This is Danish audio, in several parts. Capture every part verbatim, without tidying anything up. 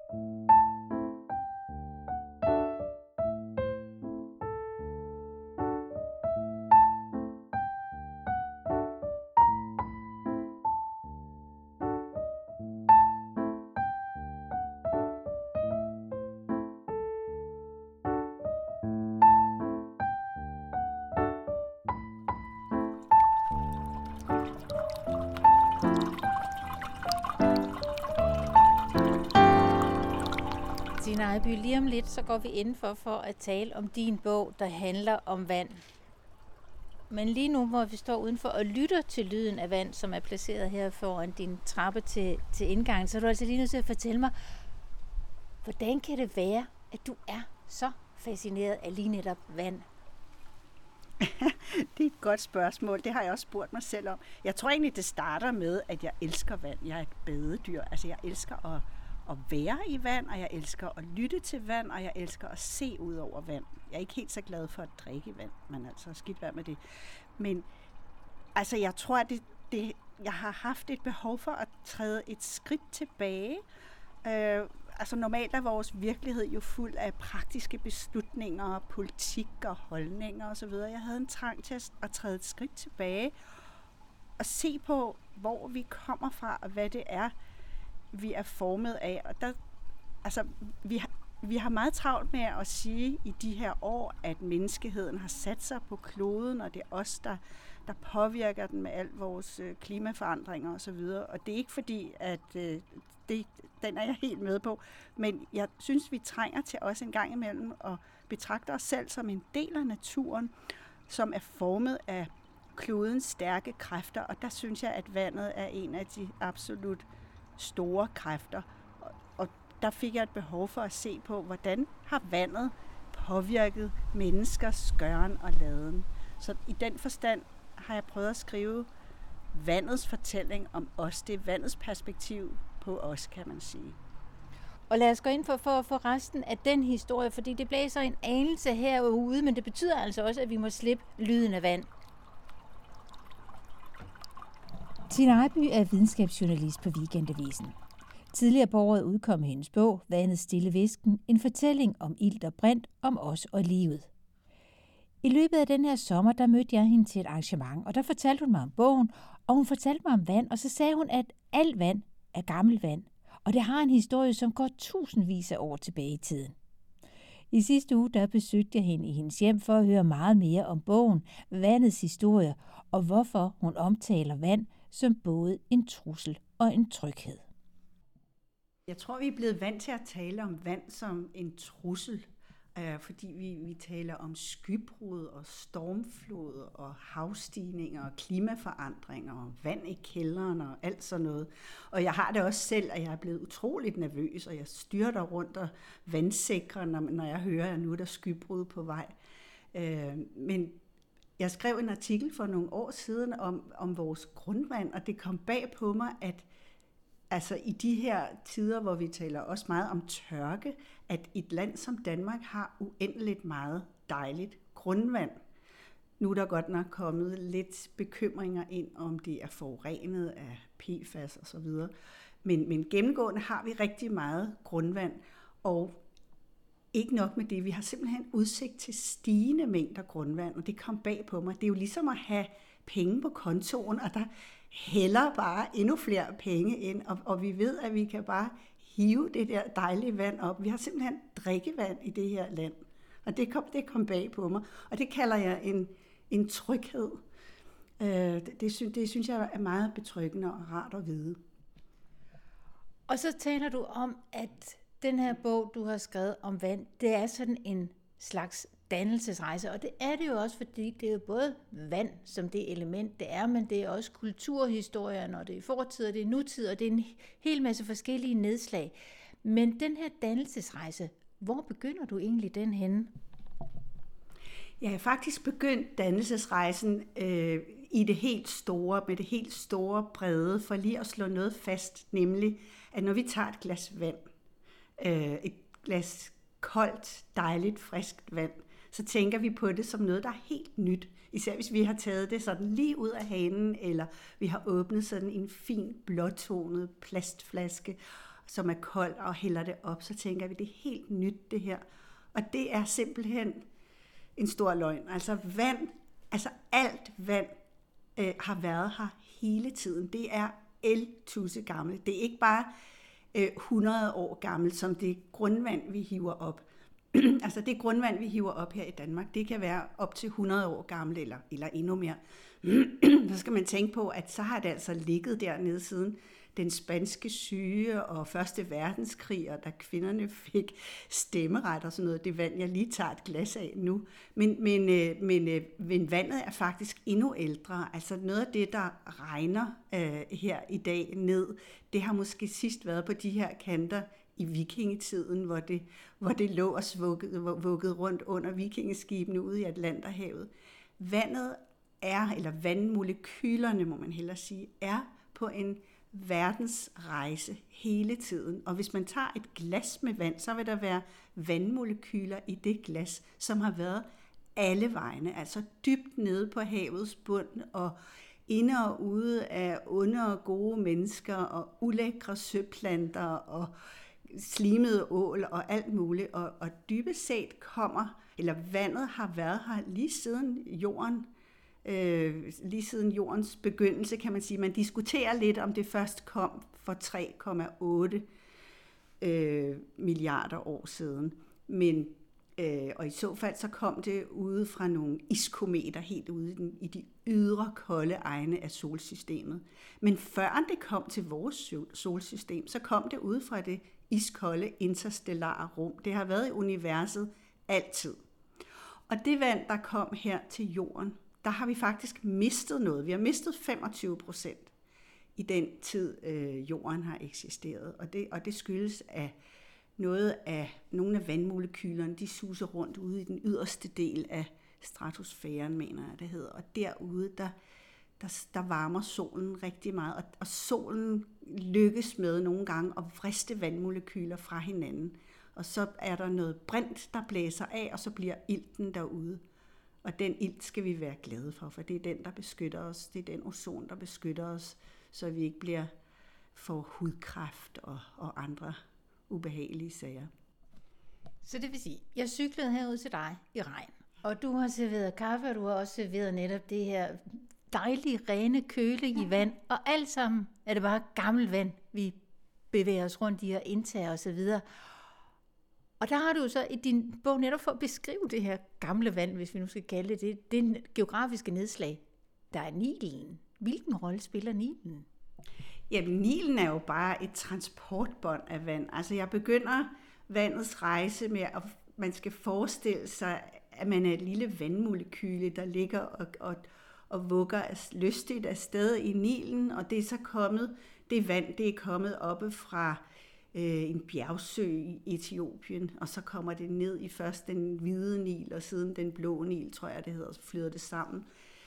Tine Ejby, lige om lidt, så går vi indenfor for at tale om din bog, der handler om vand. Men lige nu, hvor vi står udenfor og lytter til lyden af vand, som er placeret her foran din trappe til, til indgangen, så er du altså lige nødt til at fortælle mig, hvordan kan det være, at du er så fascineret af lige netop vand? Det er et godt spørgsmål. Det har jeg også spurgt mig selv om. Jeg tror egentlig, det starter med, at jeg elsker vand. Jeg er et badedyr. Altså, jeg elsker at at være i vand, og jeg elsker at lytte til vand, og jeg elsker at se ud over vand. Jeg er ikke helt så glad for at drikke vand, men altså skidt vand med det. Men altså, jeg tror, at det, det, jeg har haft et behov for at træde et skridt tilbage. Øh, altså normalt er vores virkelighed jo fuld af praktiske beslutninger, politik og holdninger osv. Jeg havde en trang til at, at træde et skridt tilbage og se på, hvor vi kommer fra, og hvad det er, vi er formet af. Og der, altså, vi har, vi har meget travlt med at sige i de her år, at menneskeheden har sat sig på kloden, og det er os, der, der påvirker den med al vores øh, klimaforandringer osv. Og det er ikke fordi, at øh, det, den er jeg helt med på, men jeg synes, vi trænger til os en gang imellem at betragte os selv som en del af naturen, som er formet af klodens stærke kræfter, og der synes jeg, at vandet er en af de absolut store kræfter. Og der fik jeg et behov for at se på, hvordan har vandet påvirket menneskers gøren og laden. Så i den forstand har jeg prøvet at skrive vandets fortælling om os. Det er vandets perspektiv på os, kan man sige. Og lad os gå ind for, for at få resten af den historie, fordi det blæser en anelse herude, men det betyder altså også, at vi må slippe lyden af vand. Tine Ejby er videnskabsjournalist på Weekendavisen. Tidligere på året udkom hendes bog, Vandets stille hvisken, en fortælling om ilt og brint, om os og livet. I løbet af den her sommer, der mødte jeg hende til et arrangement, og der fortalte hun mig om bogen, og hun fortalte mig om vand, og så sagde hun, at alt vand er gammelt vand, og det har en historie, som går tusindvis af år tilbage i tiden. I sidste uge, der besøgte jeg hende i hendes hjem for at høre meget mere om bogen, vandets historie, og hvorfor hun omtaler vand som både en trussel og en tryghed. Jeg tror, vi er blevet vant til at tale om vand som en trussel, øh, fordi vi, vi taler om skybrud og stormflod og havstigninger og klimaforandringer og vand i kælderen og alt sådan noget. Og jeg har det også selv, at jeg er blevet utroligt nervøs, og jeg styrter rundt og vandsikrer, når, når jeg hører, at nu er der skybrud på vej. Øh, men jeg skrev en artikel for nogle år siden om, om vores grundvand, og det kom bag på mig, at altså i de her tider, hvor vi taler også meget om tørke, at et land som Danmark har uendeligt meget dejligt grundvand. Nu er der godt nok kommet lidt bekymringer ind, om det er forurenet af P F A S og så videre. Men, men gennemgående har vi rigtig meget grundvand, og ikke nok med det, vi har simpelthen udsigt til stigende mængder grundvand, og det kom bag på mig. Det er jo ligesom at have penge på kontoen, og der hælder bare endnu flere penge ind, og, og vi ved, at vi kan bare hive det der dejlige vand op. Vi har simpelthen drikkevand i det her land, og det kom, det kom bag på mig, og det kalder jeg en, en tryghed. Øh, det, det, synes, det synes jeg er meget betryggende og rart at vide. Og så taler du om, at den her bog, du har skrevet om vand, det er sådan en slags dannelsesrejse, og det er det jo også, fordi det er jo både vand som det element, det er, men det er også kulturhistorien, og det er fortid, og det er nutid, og det er en hel masse forskellige nedslag. Men den her dannelsesrejse, hvor begynder du egentlig den henne? Jeg har faktisk begyndt dannelsesrejsen øh, i det helt store, med det helt store brede, for lige at slå noget fast, nemlig, at når vi tager et glas vand, øh, et glas koldt, dejligt, friskt vand, så tænker vi på det som noget, der er helt nyt. Især hvis vi har taget det sådan lige ud af hanen, eller vi har åbnet sådan en fin blåtonet plastflaske, som er kold, og hælder det op, så tænker vi, det er helt nyt det her. Og det er simpelthen en stor løgn. Altså vand, altså alt vand øh, har været her hele tiden. Det er el-tusse gammelt. Det er ikke bare øh, hundrede år gammelt, som det grundvand, vi hiver op. Altså det grundvand, vi hiver op her i Danmark, det kan være op til hundrede år gammelt, eller, eller endnu mere. Så skal man tænke på, at så har det altså ligget dernede siden den spanske syge og første verdenskrig, og da kvinderne fik stemmeret og sådan noget. Det vand, jeg lige tager et glas af nu. Men, men, men, men vandet er faktisk endnu ældre. Altså noget af det, der regner øh, her i dag ned, det har måske sidst været på de her kanter i vikingetiden, hvor det, hvor det lå og vuggede, vuggede rundt under vikingeskibene ude i Atlanterhavet. Vandet er, eller vandmolekylerne må man hellere sige, er på en verdensrejse hele tiden. Og hvis man tager et glas med vand, så vil der være vandmolekyler i det glas, som har været alle vegne, altså dybt nede på havets bund, og inde og ude af onde og gode mennesker, og ulækre søplanter, og slimede ål og alt muligt. Og, og dybest set kommer, eller vandet har været her lige siden jorden, øh, lige siden jordens begyndelse, kan man sige. Man diskuterer lidt, om det først kom for tre komma otte øh, milliarder år siden. Men, øh, og i så fald så kom det ude fra nogle iskometer, helt ude i, den, i de ydre kolde egne af solsystemet. Men før det kom til vores solsystem, så kom det ude fra det iskolde interstellare rum. Det har været i universet altid. Og det vand, der kom her til jorden, der har vi faktisk mistet noget. Vi har mistet femogtyve procent i den tid, øh, jorden har eksisteret. Og det, og det skyldes, at noget af, nogle af vandmolekylerne, de suser rundt ude i den yderste del af stratosfæren, mener jeg, det hedder. Og derude, der, der, der varmer solen rigtig meget. Og, og solen lykkes med nogle gange at vriste vandmolekyler fra hinanden. Og så er der noget brint, der blæser af, og så bliver ilten derude. Og den ilt skal vi være glade for, for det er den, der beskytter os. Det er den ozon, der beskytter os, så vi ikke bliver for hudkræft og, og andre ubehagelige sager. Så det vil sige, jeg cyklede herud til dig i regn, og du har serveret kaffe, og du har også serveret netop det her dejlige, rene, kølige vand, og alt sammen er det bare gammelt vand, vi bevæger os rundt i og indtager osv. Og der har du så i din bog netop for at beskrive det her gamle vand, hvis vi nu skal kalde det det, det geografiske nedslag, der er Nilen. Hvilken rolle spiller Nilen? Jamen, Nilen er jo bare et transportbånd af vand. Altså, jeg begynder vandets rejse med, at man skal forestille sig, at man er et lille vandmolekyle, der ligger og, og, og vugger lystigt afsted i Nilen, og det er så kommet, det vand, det er kommet oppe fra øh, en bjergsø i Etiopien, og så kommer det ned i først den hvide Nil, og siden den blå Nil, tror jeg det hedder, så flyder det sammen.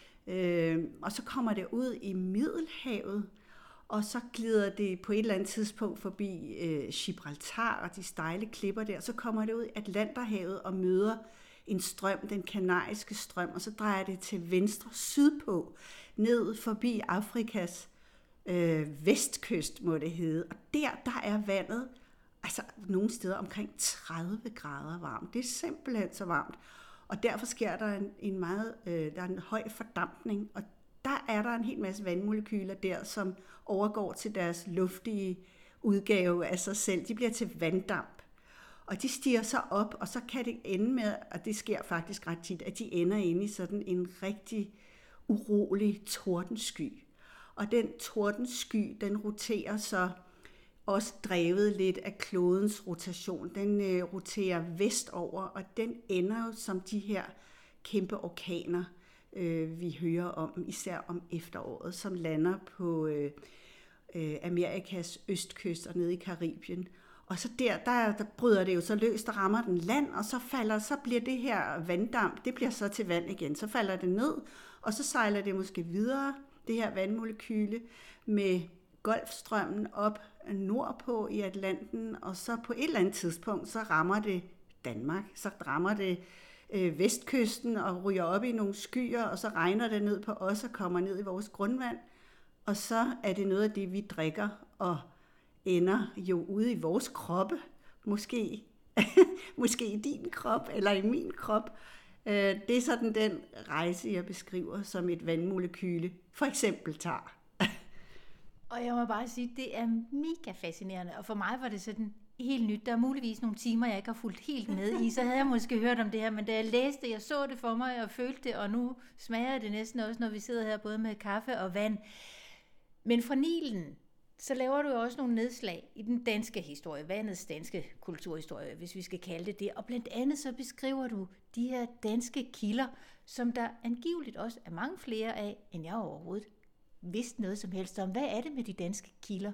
Øh, og så kommer det ud i Middelhavet, og så glider det på et eller andet tidspunkt forbi øh, Gibraltar og de stejle klipper der, så kommer det ud i Atlanterhavet og møder en strøm, den kanariske strøm, og så drejer det til venstre sydpå, ned forbi Afrikas øh, vestkyst, må det hedde. Og der, der er vandet altså nogle steder omkring tredive grader varmt. Det er simpelthen så varmt. Og derfor sker der en, en meget, øh, der er en høj fordampning, og der er der en hel masse vandmolekyler der, som overgår til deres luftige udgave af sig selv. De bliver til vanddamp, og de stiger så op, og så kan det ende med, og det sker faktisk ret tit, at de ender inde i sådan en rigtig urolig tordensky. Og den tordensky, den roterer så også drevet lidt af klodens rotation. Den øh, roterer vestover, og den ender jo som de her kæmpe orkaner, øh, vi hører om, især om efteråret, som lander på øh, øh, Amerikas østkyst og nede i Karibien. Og så der, der, der bryder det jo så løs, der rammer den land, og så falder, så bliver det her vanddamp, det bliver så til vand igen. Så falder det ned, og så sejler det måske videre, det her vandmolekyle, med Golfstrømmen op nordpå i Atlanten, og så på et eller andet tidspunkt, så rammer det Danmark, så rammer det øh, vestkysten og ryger op i nogle skyer, og så regner det ned på os og kommer ned i vores grundvand, og så er det noget af det, vi drikker og ender jo ude i vores kroppe, måske, måske i din krop eller i min krop. Det er sådan den rejse, jeg beskriver, som et vandmolekyle for eksempel tager. Og jeg må bare sige, at det er mega fascinerende, og for mig var det sådan helt nyt. Der er muligvis nogle timer, jeg ikke har fulgt helt med i, så havde jeg måske hørt om det her, men da jeg læste, jeg så det for mig, og følte det, og nu smager det næsten også, når vi sidder her både med kaffe og vand. Men fra Nilen, så laver du jo også nogle nedslag i den danske historie, vandets danske kulturhistorie, hvis vi skal kalde det det. Og blandt andet så beskriver du de her danske kilder, som der angiveligt også er mange flere af, end jeg overhovedet vidste noget som helst om. Hvad er det med de danske kilder?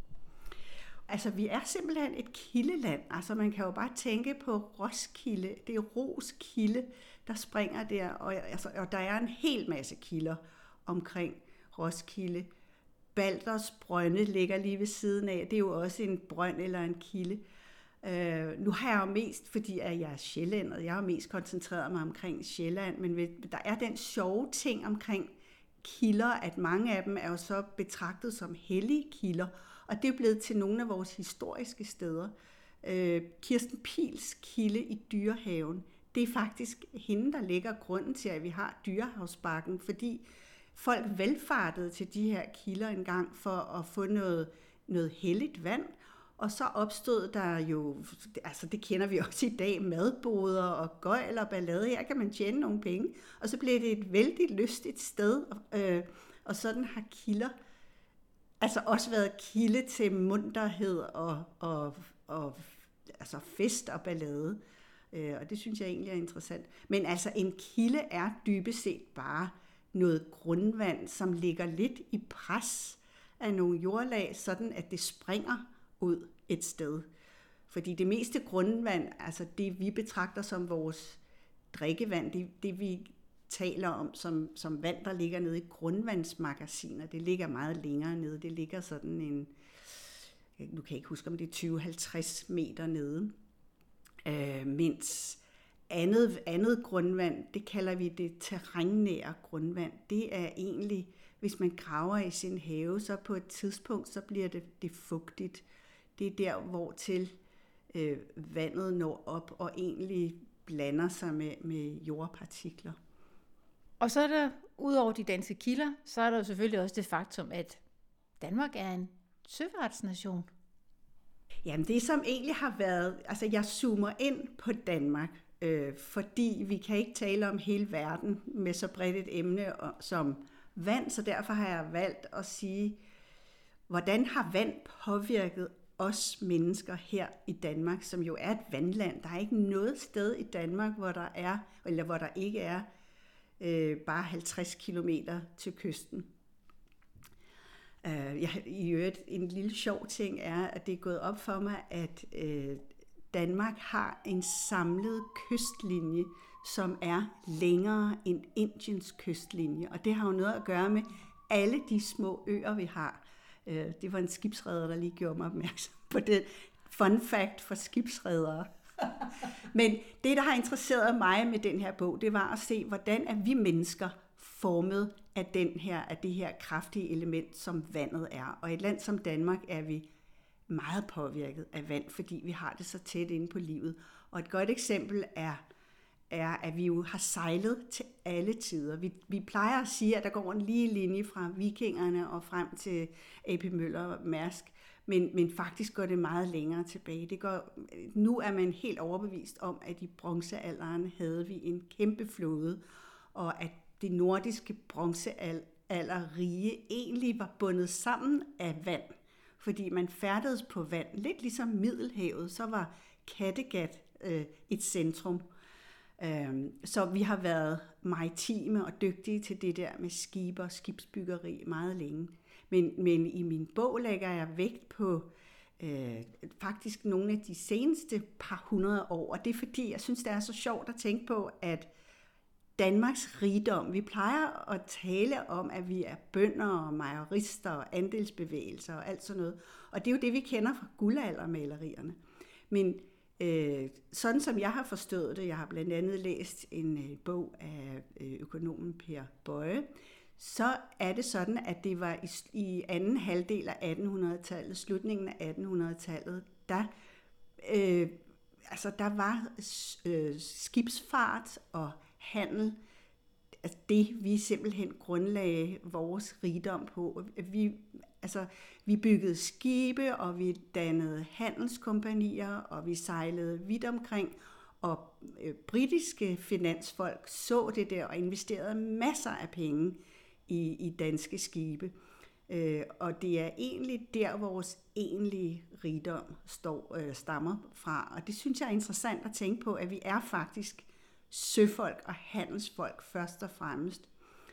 Altså, vi er simpelthen et kildeland. Altså, man kan jo bare tænke på Roskilde. Det er Roskilde, der springer der, og, altså, og der er en hel masse kilder omkring Roskilde. Balders Brønde ligger lige ved siden af. Det er jo også en brønd eller en kilde. Uh, nu har jeg jo mest, fordi jeg er sjællænder, jeg har mest koncentreret mig omkring Sjælland, men ved, der er den sjove ting omkring kilder, at mange af dem er jo så betragtet som hellige kilder, og det er blevet til nogle af vores historiske steder. Uh, Kirsten Piils kilde i Dyrehaven, det er faktisk hende, der lægger grunden til, at vi har Dyrehavsbakken, fordi folk velfartede til de her kilder engang for at få noget, noget helligt vand, og så opstod der jo, altså det kender vi også i dag, madboder og gøjl og ballade. Her kan man tjene nogle penge, og så blev det et vældig lystigt sted, øh, og sådan har kilder altså også været kilde til munterhed og, og, og altså fest og ballade, øh, og det synes jeg egentlig er interessant. Men altså en kilde er dybest set bare noget grundvand, som ligger lidt i pres af nogle jordlag, sådan at det springer ud et sted. Fordi det meste grundvand, altså det vi betragter som vores drikkevand, det, det vi taler om som, som vand, der ligger nede i grundvandsmagasiner, det ligger meget længere nede. Det ligger sådan en, nu kan jeg ikke huske, om det er tyve til halvtreds meter nede. Øh, mens andet, andet grundvand, det kalder vi det terrænnære grundvand. Det er egentlig, hvis man graver i sin have, så på et tidspunkt, så bliver det, det fugtigt. Det er der, hvor til øh, vandet når op og egentlig blander sig med, med jordpartikler. Og så er der, ud over de danske kilder, så er der jo selvfølgelig også det faktum, at Danmark er en søfartsnation. Jamen det, som egentlig har været, altså jeg zoomer ind på Danmark, øh, fordi vi kan ikke tale om hele verden med så bredt et emne som vand, så derfor har jeg valgt at sige, hvordan har vand påvirket os mennesker her i Danmark, som jo er et vandland. Der er ikke noget sted i Danmark, hvor der er, eller hvor der ikke er øh, bare halvtreds kilometer til kysten. Uh, jeg, i øvrigt, en lille sjov ting er, at det er gået op for mig, at øh, Danmark har en samlet kystlinje, som er længere end Indiens kystlinje. Og det har jo noget at gøre med alle de små øer, vi har. Uh, det var en skibsreder, der lige gjorde mig opmærksom på det. Fun fact for skibsredere. Men det, der har interesseret mig med den her bog, det var at se, hvordan er vi mennesker formet af, den her, af det her kraftige element, som vandet er. Og i et land som Danmark er vi meget påvirket af vand, fordi vi har det så tæt inde på livet. Og et godt eksempel er, er at vi jo har sejlet til alle tider. Vi, vi plejer at sige, at der går en lige linje fra vikingerne og frem til A P Møller og Mærsk, men, men faktisk går det meget længere tilbage. Det går, nu er man helt overbevist om, at i bronzealderen havde vi en kæmpe flåde, og at det nordiske bronzealderrige egentlig var bundet sammen af vand, fordi man færdedes på vand. Lidt ligesom Middelhavet, så var Kattegat øh, et centrum. Um, så vi har været maritime og dygtige til det der med skibe og skibsbyggeri meget længe. Men, men i min bog lægger jeg vægt på øh, faktisk nogle af de seneste par hundrede år, og det er fordi, jeg synes, det er så sjovt at tænke på, at Danmarks rigdom, vi plejer at tale om, at vi er bønder og majorister og andelsbevægelser og alt sådan noget, og det er jo det, vi kender fra guldaldermalerierne. Men øh, sådan som jeg har forstået det, jeg har blandt andet læst en øh, bog af øh, økonomen Per Boye, så er det sådan, at det var i, i anden halvdel af attenhundredetallet, slutningen af attenhundredetallet, der, øh, altså der var øh, skibsfart og handel, altså det vi simpelthen grundlagde vores rigdom på. Vi, altså, vi byggede skibe, og vi dannede handelskompagnier, og vi sejlede vidt omkring, og øh, britiske finansfolk så det der og investerede masser af penge i, i danske skibe. Øh, og det er egentlig der, vores egentlige rigdom står, øh, stammer fra. Og det synes jeg er interessant at tænke på, at vi er faktisk søfolk og handelsfolk først og fremmest.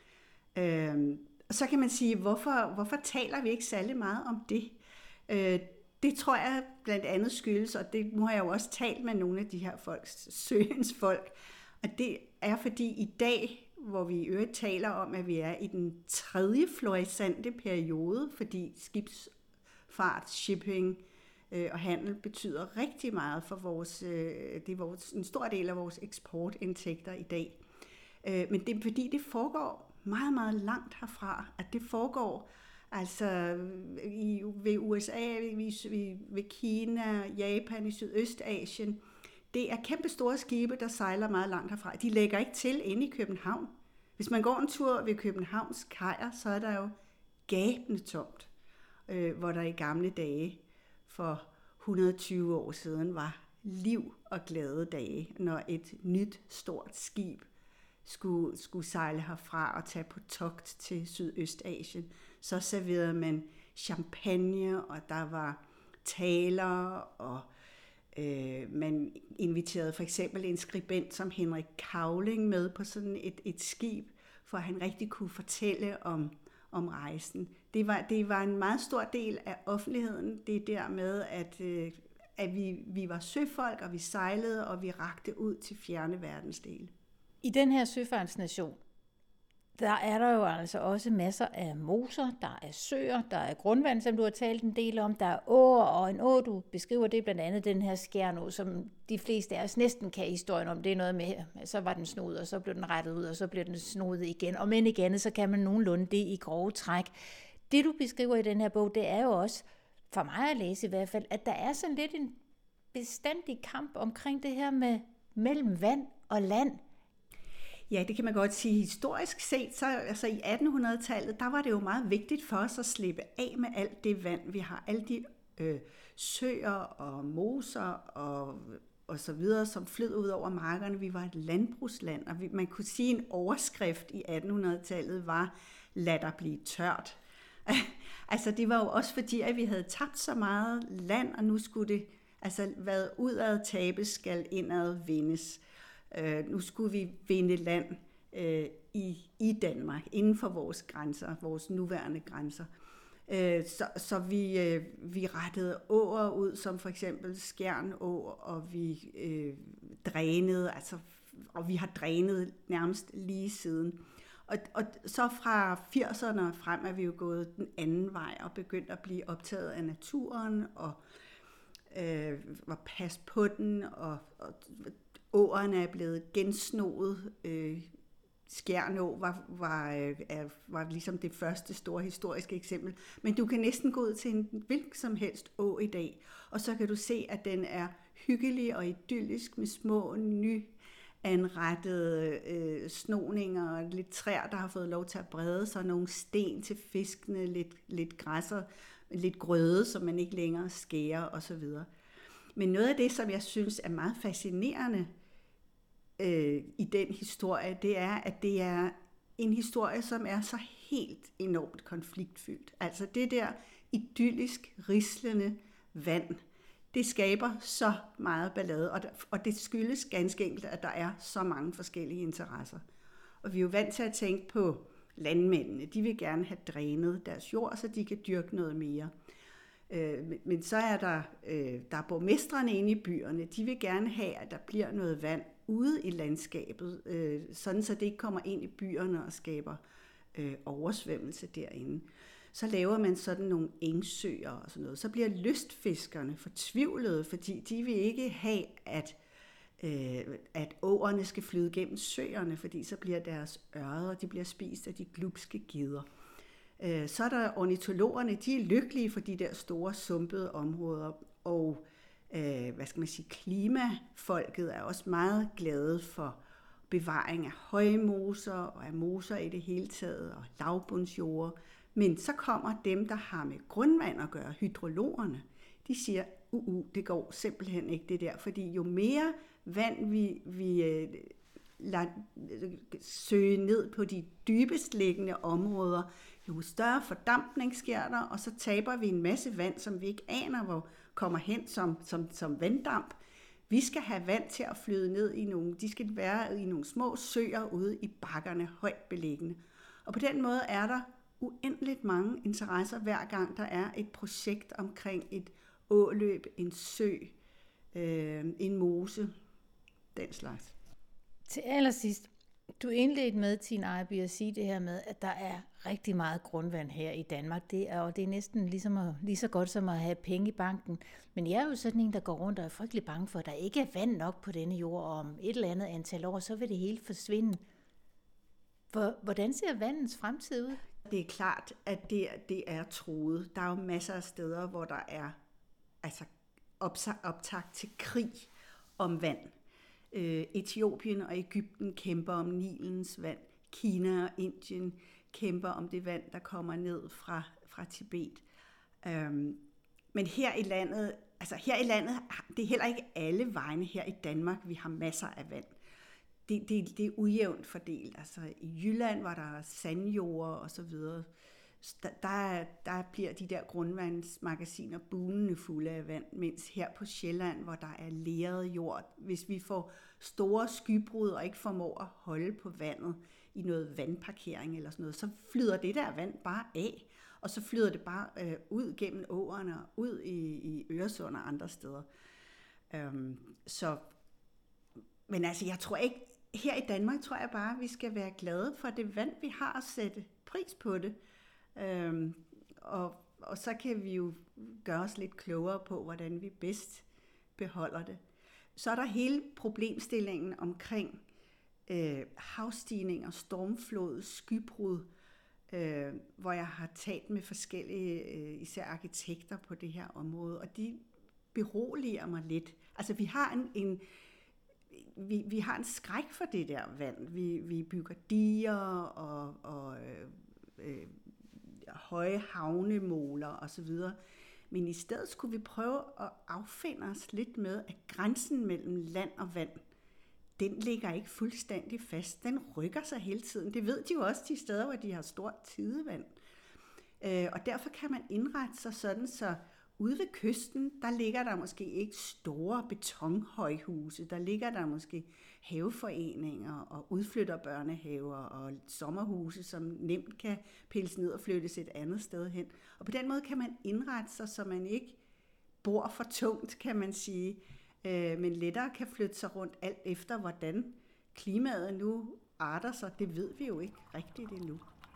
Øh, og så kan man sige, hvorfor, hvorfor taler vi ikke særlig meget om det? Øh, det tror jeg blandt andet skyldes, og det, nu har jeg jo også talt med nogle af de her folks, søens folk, og det er fordi i dag, hvor vi i øvrigt taler om, at vi er i den tredje florissante periode, fordi skibsfart, shipping øh, og handel betyder rigtig meget for vores, øh, det er vores, en stor del af vores eksportindtægter i dag. Øh, men det er fordi, det foregår meget, meget langt herfra, at det foregår altså i, ved U S A, ved, ved Kina, Japan, i Sydøstasien. Det er kæmpe store skibe, der sejler meget langt herfra. De lægger ikke til inde i København. Hvis man går en tur ved Københavns kajer, så er der jo gabende tomt, øh, hvor der i gamle dage for et hundrede og tyve år siden var liv og glade dage, når et nyt stort skib skulle, skulle sejle herfra og tage på togt til Sydøstasien. Så serverede man champagne, og der var taler, og øh, man inviterede for eksempel en skribent som Henrik Cavling med på sådan et, et skib, for at han rigtig kunne fortælle om, om rejsen. Det var, det var en meget stor del af offentligheden, det der med, at, øh, at vi, vi var søfolk, og vi sejlede, og vi rakte ud til fjerne verdensdele. I den her søfartsnation, der er der jo altså også masser af moser, der er søer, der er grundvand, som du har talt en del om, der er åer, og en å, du beskriver det blandt andet den her Skjernå, som de fleste af os næsten kan historien om. Det er noget med, så var den snoet, og så blev den rettet ud, og så blev den snoet igen. Og men igen, så kan man nogenlunde det i grove træk. Det du beskriver i den her bog, det er jo også, for mig at læse i hvert fald, at der er sådan lidt en bestandig kamp omkring det her med mellem vand og land. Ja, det kan man godt sige. Historisk set, så altså i attenhundredetallet, der var det jo meget vigtigt for os at slippe af med alt det vand. Vi har alle de øh, søer og moser og, og så videre, som flød ud over markerne. Vi var et landbrugsland, og vi, man kunne sige, en overskrift i attenhundredetallet var, lad der blive tørt. Altså det var jo også fordi, at vi havde tabt så meget land, og nu skulle det, altså hvad udad tabes, skal indad vindes. Uh, nu skulle vi vinde land uh, i, i Danmark, inden for vores grænser, vores nuværende grænser. Uh, så så vi, uh, vi rettede åer ud, som for eksempel Skjernå, og vi uh, drænede, altså, og vi har drænet nærmest lige siden. Og, og så fra firserne frem er vi jo gået den anden vej og begyndt at blive optaget af naturen og uh, og passe på den, og, og åerne er blevet gensnoet. Øh, Skjernå var, var, er, var ligesom det første store historiske eksempel. Men du kan næsten gå ud til en hvilken som helst å i dag, og så kan du se, at den er hyggelig og idyllisk med små, nyanrettede øh, snoninger og lidt træer, der har fået lov til at brede sig, nogle sten til fiskene, lidt, lidt græsser, lidt grøde, som man ikke længere skærer osv. Men noget af det, som jeg synes er meget fascinerende øh, i den historie, det er, at det er en historie, som er så helt enormt konfliktfyldt. Altså det der idyllisk rislende vand, det skaber så meget ballade, og, der, og det skyldes ganske enkelt, at der er så mange forskellige interesser. Og vi er jo vant til at tænke på landmændene. De vil gerne have drænet deres jord, så de kan dyrke noget mere. Men så er der, der er borgmestrene inde i byerne. De vil gerne have, at der bliver noget vand ude i landskabet, sådan så det ikke kommer ind i byerne og skaber oversvømmelse derinde. Så laver man sådan nogle engsøer og sådan noget. Så bliver lystfiskerne fortvivlede, fordi de vil ikke have, at øh, at åerne skal flyde gennem søerne, fordi så bliver deres ørreder, de bliver spist af de glupske gedder. Øh, så er der ornitologerne, de er lykkelige for de der store sumpede områder, og øh, hvad skal man sige, klimafolket er også meget glade for bevaring af højmoser og af moser i det hele taget, og lavbundsjorde. Men så kommer dem, der har med grundvand at gøre, hydrologerne. De siger, uh, uh, det går simpelthen ikke det der, fordi jo mere vand vi, vi øh, lader søge ned på de dybest liggende områder, jo større fordampning sker der, og så taber vi en masse vand, som vi ikke aner, hvor kommer hen som, som, som vanddamp. Vi skal have vand til at flyde ned i nogle, de skal være i nogle små søer ude i bakkerne, højt beliggende. Og på den måde er der uendeligt mange interesser, hver gang der er et projekt omkring et åløb, en sø, øh, en mose, den slags. Til allersidst, du indledte med, Tine Ejby, at sige det her med, at der er rigtig meget grundvand her i Danmark. Det er, og det er næsten ligesom at, lige så godt som at have penge i banken. Men jeg er jo sådan en, der går rundt og er frygtelig bange for, at der ikke er vand nok på denne jord, og om et eller andet antal år, så vil det hele forsvinde. For, hvordan ser vandens fremtid ud? Det er klart, at det, det er truet. Der er jo masser af steder, hvor der er altså, optakt til krig om vand. Øh, Etiopien og Egypten kæmper om Nilens vand. Kina og Indien kæmper om det vand, der kommer ned fra, fra Tibet. Øhm, men her i landet, altså her i landet, det er heller ikke alle vegne her i Danmark, vi har masser af vand. Det, det, det er ujævnt fordelt. Altså i Jylland var der sandjorder og så videre. Der, der, der bliver de der grundvandsmagasiner bunende fulde af vand, mens her på Sjælland, hvor der er leret jord, hvis vi får store skybrud og ikke formår at holde på vandet i noget vandparkering eller sådan noget, så flyder det der vand bare af, og så flyder det bare øh, ud gennem åerne og ud i, i Øresund og andre steder. Øhm, så, men altså, jeg tror ikke, her i Danmark tror jeg bare, at vi skal være glade for det vand, vi har, at sætte pris på det. Øhm, og, og så kan vi jo gøre os lidt klogere på, hvordan vi bedst beholder det. Så er der hele problemstillingen omkring øh, havstigninger, stormflod, skybrud, øh, hvor jeg har talt med forskellige, øh, især arkitekter på det her område, og de beroliger mig lidt. Altså vi har en, en vi, vi har en skræk for det der vand. Vi, vi bygger diger og, og øh, øh, høje havnemoler osv. Men i stedet skulle vi prøve at affinde os lidt med, at grænsen mellem land og vand, den ligger ikke fuldstændig fast. Den rykker sig hele tiden. Det ved de jo også de steder, hvor de har stort tidevand. Og derfor kan man indrette sig sådan, så ude ved kysten, der ligger der måske ikke store betonhøjhuse. Der ligger der måske haveforeninger og udflytterbørnehaver og sommerhuse, som nemt kan pilles ned og flyttes et andet sted hen. Og på den måde kan man indrette sig, så man ikke bor for tungt, kan man sige, men lettere kan flytte sig rundt alt efter, hvordan klimaet nu arter sig. Det ved vi jo ikke rigtigt endnu.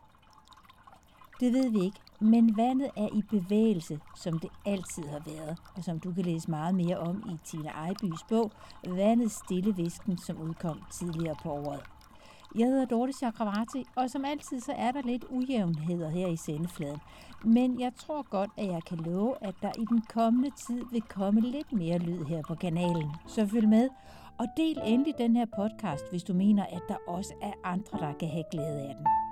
Det ved vi ikke, men vandet er i bevægelse, som det altid har været, og som du kan læse meget mere om i Tine Ejbys bog, Vandets stille hvisken, som udkom tidligere på året. Jeg hedder Dorte Chakravarty, og som altid så er der lidt ujævnheder her i sendefladen. Men jeg tror godt, at jeg kan love, at der i den kommende tid vil komme lidt mere lyd her på kanalen. Så følg med, og del endelig den her podcast, hvis du mener, at der også er andre, der kan have glæde af den.